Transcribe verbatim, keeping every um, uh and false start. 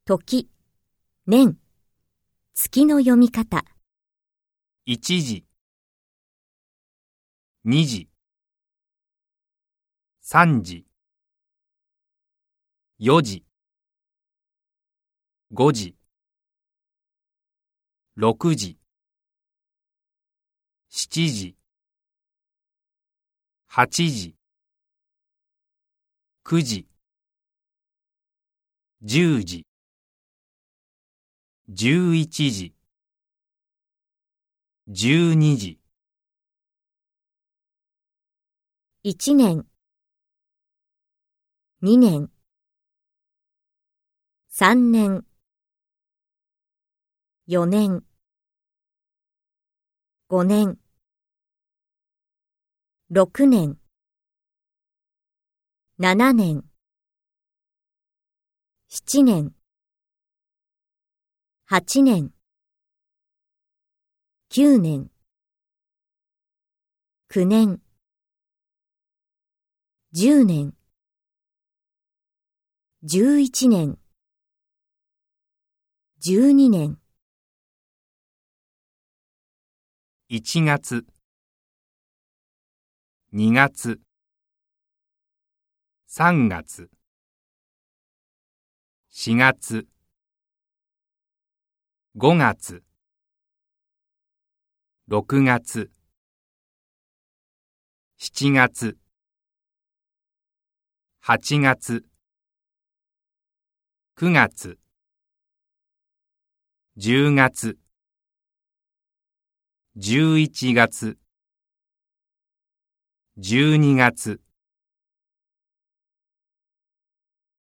時、年、月の読み方。 いちじ、にじ、さんじ、よじ、ごじ、ろくじ、しちじ、はちじ、くじ、じゅうじ、じゅういちじ、じゅうにじ。 いちねん、にねん、さんねん、よねん、ごねん、ろくねん、ななねん、ななねん、はちねん、きゅうねん、きゅうねん、じゅうねん、じゅういちねん、じゅうにねん。 いちがつ、にがつ、さんがつ、しがつ、ごがつ、ろくがつ、しちがつ、はちがつ、くがつ、じゅうがつ、じゅういちがつ、じゅうにがつ。